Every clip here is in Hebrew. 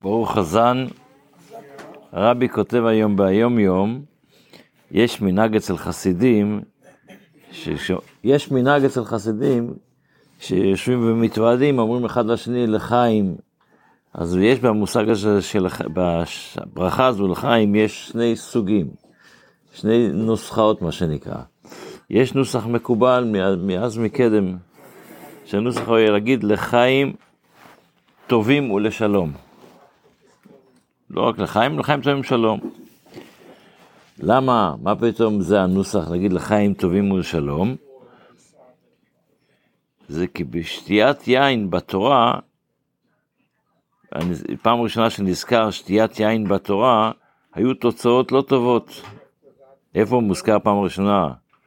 ברוך חזן, הרבי כותב היום ביום יום, יש מנהג אצל חסידים, שיושבים ומתוועדים, אומרים אחד לשני לחיים. אז יש במושג הזה, בברכה הזו לחיים, יש שני סוגים, שני נוסחאות מה שנקרא. יש נוסח מקובל מאז מקדם, שהנוסח הוא להגיד לחיים טובים ולשלום. לא רק לחיים טובים שלום. למה? מה פתאום זה הנוסח להגיד לחיים טובים ולשלום? זה כי בשתיית יין בתורה, פעם ראשונה שנזכר שתיית יין בתורה, היו תוצאות לא טובות. איפה מוזכר פעם ראשונה?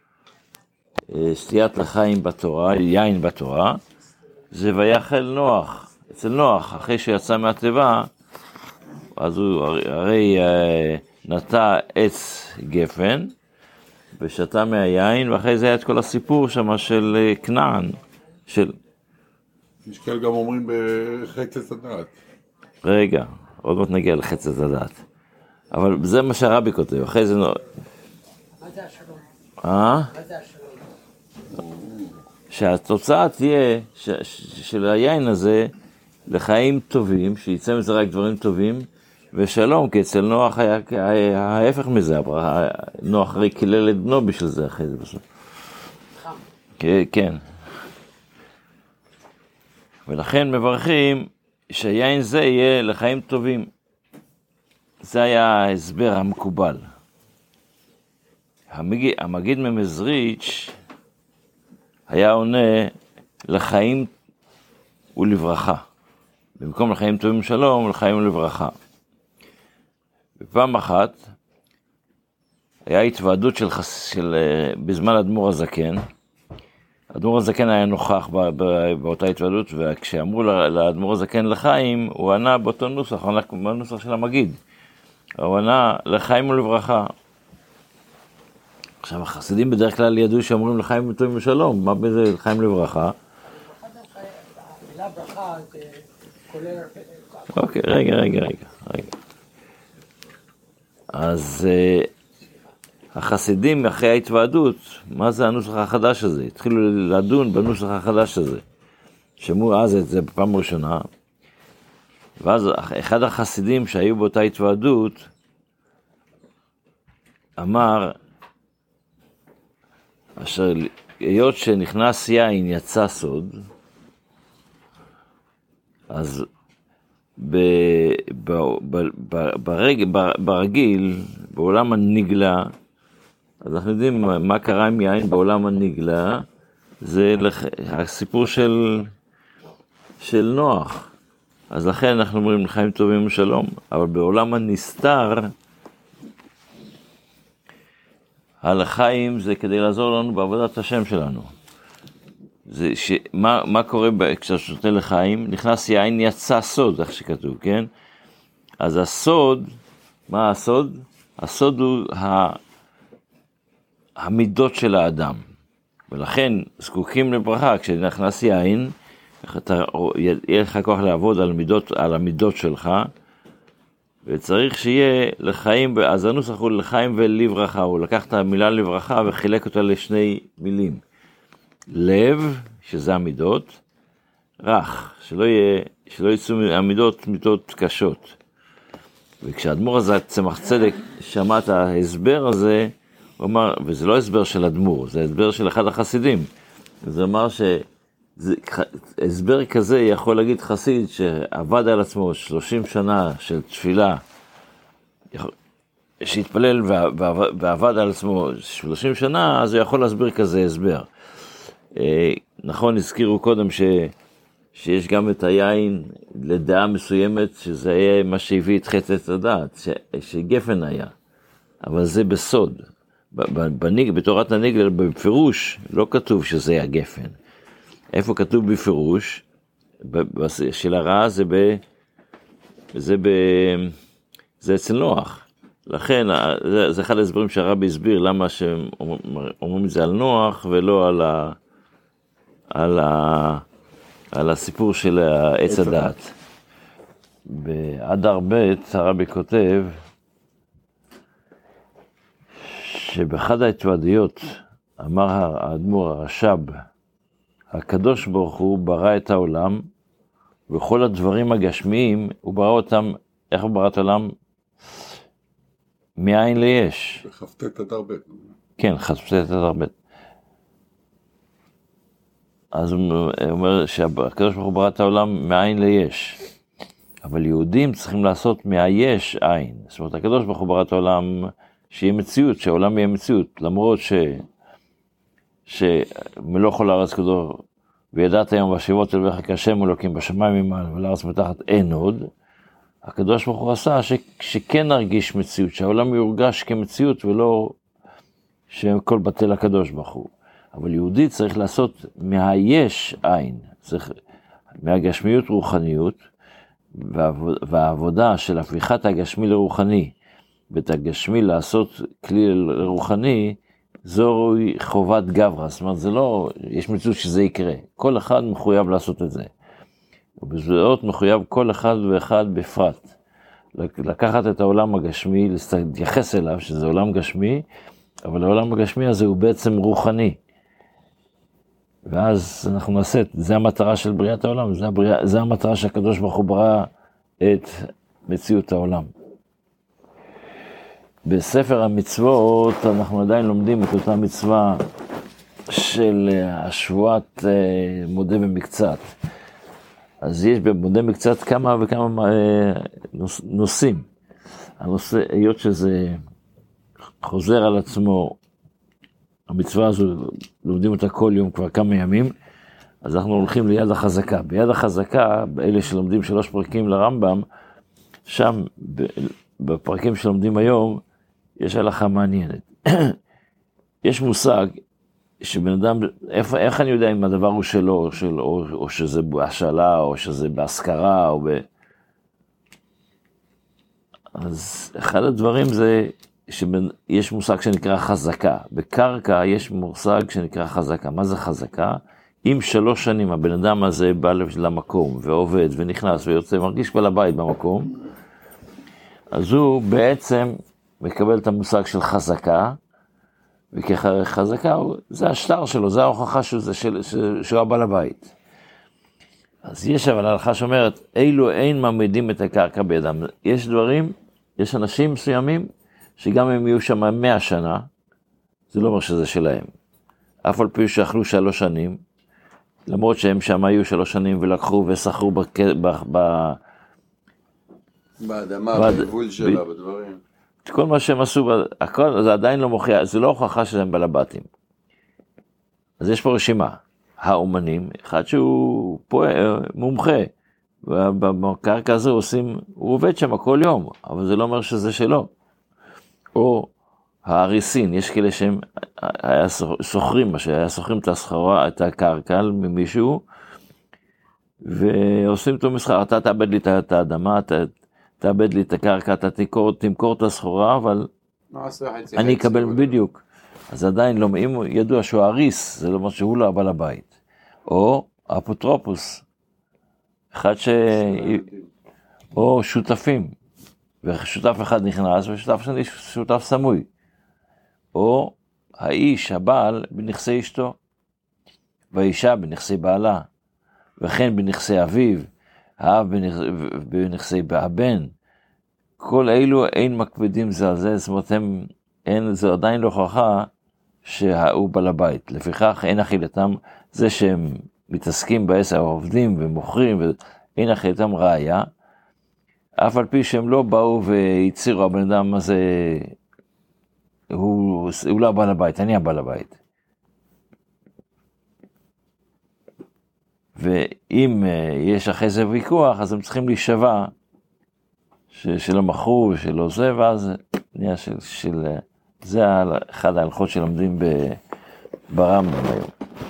שתיית לחיים בתורה, יין בתורה, זה ויחל נוח. אצל נוח, אחרי שיצא מהטבע, אז הוא הרי נטע עץ גפן, ושתה מהיין, ואחרי זה היה את כל הסיפור שם של כנען. יש כאלה גם אומרים בחצת הדת. רגע, עוד מעט נגיע לחצת הדת. אבל זה מה שהרבי כותב, אחרי זה... מה זה השלום? מה זה השלום? שהתוצאה תהיה של היין הזה לחיים טובים, שיצא מזה רק דברים טובים, ושלום, כי אצל נוח היה ההפך מזה, נוח הרי קילל את בנו בשביל זה אחרי זה בסוף. כן. ולכן מברכים שהיין זה יהיה לחיים טובים. זה היה ההסבר המקובל. המגיד ממזריץ' היה עונה לחיים ולברכה. במקום לחיים טובים שלום, לחיים ולברכה. בפעם אחת היה התוועדות בזמן אדמו"ר הזקן. אדמו"ר הזקן היה נוכח באותה התוועדות, וכשאמרו לאדמו"ר הזקן לחיים, הוא ענה באותו נוסח, הוא ענה בנוסח של המגיד. הוא ענה לחיים ולברכה. עכשיו החסידים בדרך כלל ידעו שאומרים לחיים טובים ושלום, מה בזה לחיים ולברכה? המילה ברכה זה כולל... אוקיי, רגע. אז החסידים אחרי ההתוועדות, מה זה הנוסח החדש הזה? התחילו לדון בנוסח החדש הזה. שמעו אז את זה בפעם ראשונה, ואז אחד החסידים שהיו באותה התוועדות, אמר, אשר היות שנכנס יין יצא סוד, אז ברגיל, בעולם הנגלה, אז אנחנו יודעים מה קרה עם יין בעולם הנגלה, זה הסיפור של נוח. אז לכן אנחנו אומרים לחיים טובים ושלום, אבל בעולם הנסתר, הלחיים זה כדי לעזור לנו בעבודת השם שלנו. מה קורה כשאתה שותה לחיים? נכנס יין, יצא סוד, איך שכתוב, כן? אז הסוד, מה הסוד? הסוד הוא המידות של האדם. ולכן זקוקים לברכה, כשנכנס יין, יהיה לך כוח לעבוד על המידות שלך, וצריך שיהיה לחיים, אז הנוסח הוא לחיים ולברכה, הוא לקח את המילה לברכה וחילק אותה לשני מילים. לב, שזה המידות, רך, שלא יצאו המידות מידות קשות. וכשהאדמו"ר הזה, צמח צדק, שמע את ההסבר הזה, הוא אמר, וזה לא הסבר של אדמו"ר, זה הסבר של אחד החסידים. זה אמר שהסבר כזה יכול להגיד חסיד שעבד על עצמו 30 שנה של תפילה, שהתפלל ועבד על עצמו 30 שנה, אז הוא יכול להסביר כזה הסבר. נכון, הזכירו קודם שיש גם את היין לדעה מסוימת, שזה היה מה שהביא את חצת הדעת, שגפן היה, אבל זה בסוד. בתורת הנגלה בפירוש לא כתוב שזה היה גפן. איפה כתוב בפירוש? של הרעה זה אצל נוח. לכן זה אחד ההסברים שהרבי הסביר למה שאומרים את זה על נוח ולא על הסיפור של עץ הדעת. באדר ב' הרבי כותב שבאחד ההתוודיות אמר האדמו"ר הרש"ב, הקדוש ברוך הוא ברא את העולם, וכל הדברים הגשמיים הוא ברא אותם, איך הוא ברא את העולם? מאין ליש. בכ"ט אדר ב'. כן, כ"ט אדר ב'. אז הוא אומר שהקדוש ברוך הוא ברא את העולם מאין ליש. אבל יהודים צריכים לעשות מהיש עין. זאת אומרת, הקדוש ברוך הוא ברא את העולם שיהיה מציאות, שהעולם יהיה מציאות, למרות שמלוך כל הארץ כדור, וידעת היום והשיבות אלוהיך כשם אלוקים בשמיים ממעל ולארץ מתחת אין עוד, הקדוש ברוך הוא עשה שכן נרגיש מציאות, שהעולם יורגש כמציאות ולא שהכל בטל הקדוש ברוך הוא. אבל יהודי צריך לעשות מהיש עין, צריך מהגשמיות רוחניות, והעבודה של הפיכת הגשמי לרוחני, ואת הגשמי לעשות כלי לרוחני, זו חובת גברא, זאת אומרת, זה לא, יש מציאות שזה יקרה, כל אחד מחויב לעשות את זה. ובזאת מחויב כל אחד ואחד בפרט. לקחת את העולם הגשמי, להתייחס אליו, שזה עולם גשמי, אבל העולם הגשמי הזה הוא בעצם רוחני. ואז אנחנו נעשה, זה המטרה של בריאת העולם, זה המטרה שהקדוש ברוך הוא ברא את מציאות העולם. בספר המצוות אנחנו עדיין לומדים את אותה מצווה של השבועת מודה במקצת. אז יש במודה במקצת כמה וכמה נושאים. הנושא, היות שזה חוזר על עצמו, המצווה הזו לומדים אותה כל יום כבר כמה ימים, אז אנחנו הולכים ליד החזקה. ביד החזקה, אלה שלומדים 3 פרקים לרמב"ם, שם בפרקים שלומדים היום, יש הלכה מעניינת. יש מושג שבן אדם, איך אני יודע אם הדבר הוא שלו, או שזה בהשאלה, או שזה בהשכרה, אז אחד הדברים זה שיש מושג שנקרא חזקה. בקרקע יש מושג שנקרא חזקה. מה זה חזקה? אם 3 שנים הבן אדם הזה בא למקום ועובד ונכנס ויוצא, מרגיש כל הבית במקום, אז הוא בעצם מקבל את המושג של חזקה, וכחזקה זה השטר שלו, זה ההוכחה שהוא הבעל הבית. אז יש אבל ההלכה שאומרת, אילו אין מעמידים את הקרקע בידם. יש דברים, יש אנשים מסוימים, שגם הם יהיו שם 100 שנה, זה לא אומר שזה שלהם. אף על פי שאכלו 3 שנים, למרות שהם שם היו 3 שנים ולקחו וסחרו באדמה, בגבול שלה, בדברים. כל מה שהם עשו, הכל, זה עדיין לא מוכיח, זה לא הוכחה שלהם בלבטים. אז יש פה רשימה. האומנים, אחד שהוא מומחה, ובקרקע הזו הוא עובד שם כל יום, אבל זה לא אומר שזה שלו. או האריסין, יש כאלה שהם היה סוחרים, היה סוחרים את הסחורה, את הקרקע ממישהו, ועושים אותו מסחר, אתה תאבד לי את האדמה, תאבד לי את הקרקע, אתה תמכור את הסחורה, אבל אני אקבל בדיוק. אז עדיין לא, אם ידוע שהוא אריס, זה לא אומר שהוא לא הבעל הבית. או אפוטרופוס, אחד או שותפים, ושותף אחד נכנס, ושותף שני שותף סמוי. או האיש, הבעל, בנכסי אשתו, והאישה בנכסי בעלה, וכן בנכסי אביו, האב בנכסי הבן. כל אלו אין מקפידים זה על זה, זאת אומרת, זה עדיין לא הוכחה שהוא בעל הבית. לפיכך אין אכילתם, זה שהם מתעסקים בעסק, עובדים ומוכרים, אין אכילתם ראיה, אף על פי שהם לא באו והצירו, הבן אדם הזה, הוא לא בעל הבית, אני הבעל הבית. ואם יש אחרי זה ויכוח, אז הם צריכים להישבע שלא מכרו ושלא זה, ואז נהיה זה אחד ההלכות שלומדים ברמב"ם היום.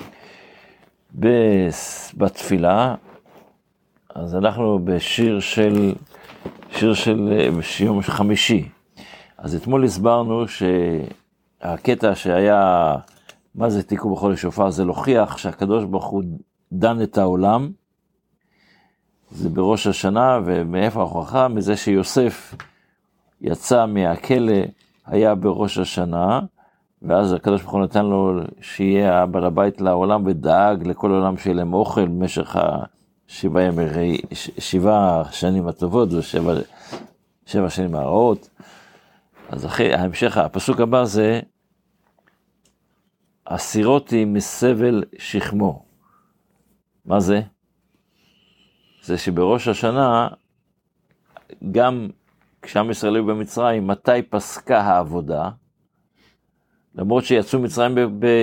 בתפילה, אז אנחנו בשיר של יום חמישי. אז אתמול הסברנו שהקטע שהיה, מה זה תיקו בחודש שופר, זה להוכיח שהקדוש ברוך הוא דן את העולם, זה בראש השנה, ומאיפה ההוכחה? מזה שיוסף יצא מהכלא, היה בראש השנה, ואז הקדוש ברוך הוא נתן לו שיהיה בעל הבית לעולם, ודאג לכל העולם שיהיה להם אוכל במשך 7 שנים הטובות, ו7 שנים הרעות. אז אחרי ההמשך, הפסוק הבא זה, הסירותי מסבל שכמו. מה זה? זה שבראש השנה, גם כשעם ישראל היו במצרים, מתי פסקה העבודה? למרות שיצאו מצרים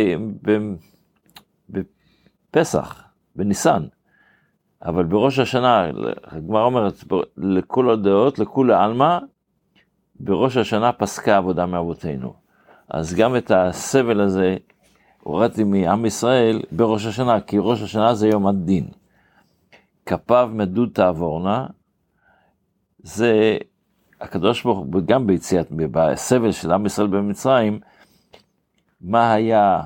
בפסח, בניסן. אבל בראש השנה, הגמרא אומרת, לכל הדעות, לכול העלמא, בראש השנה פסקה עבודה מאבותינו. אז גם את הסבל הזה הורדתי מעם ישראל בראש השנה, כי ראש השנה זה יום הדין. כפיו מדוד תעבורנה, זה הקדוש ברוך הוא, גם ביציאת, בסבל של עם ישראל במצרים, מה היה,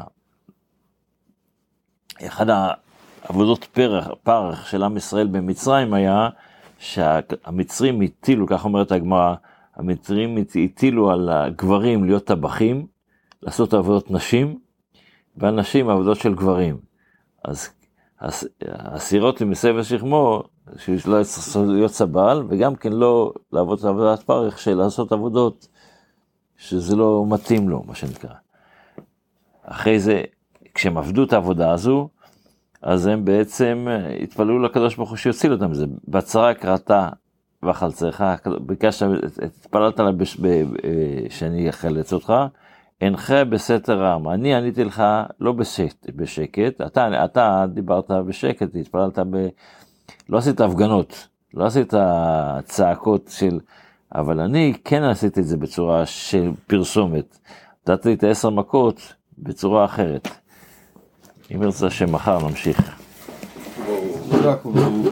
אחד העבודות פרח של עם ישראל במצרים היה, שהמצרים הטילו, כך אומרת הגמרא, המצרים הטילו על הגברים להיות טבחים, לעשות עבודות נשים, והנשים עבודות של גברים. אז הסירות מסבל שכמו, שלא להיות סבל, וגם כן לא לעבוד את עבודת פרח, של לעשות עבודות שזה לא מתאים לו, מה שנקרא. אחרי זה, כשהם עבדו את העבודה הזו, אז הם בעצם התפללו לקדוש ברוך הוא שיוציא אותם. זה בצרה קראתה וחלצך, ביקשת, התפללת לה שאני אחלץ אותך, אינך בסתר רם. אני עניתי לך לא בשקט, אתה דיברת בשקט, התפללת לא עשית הפגנות, לא עשית צעקות של, אבל אני כן עשיתי את זה בצורה של פרסומת. נתתי את 10 מכות בצורה אחרת. אם ירצה שמחר נמשיך. ברור.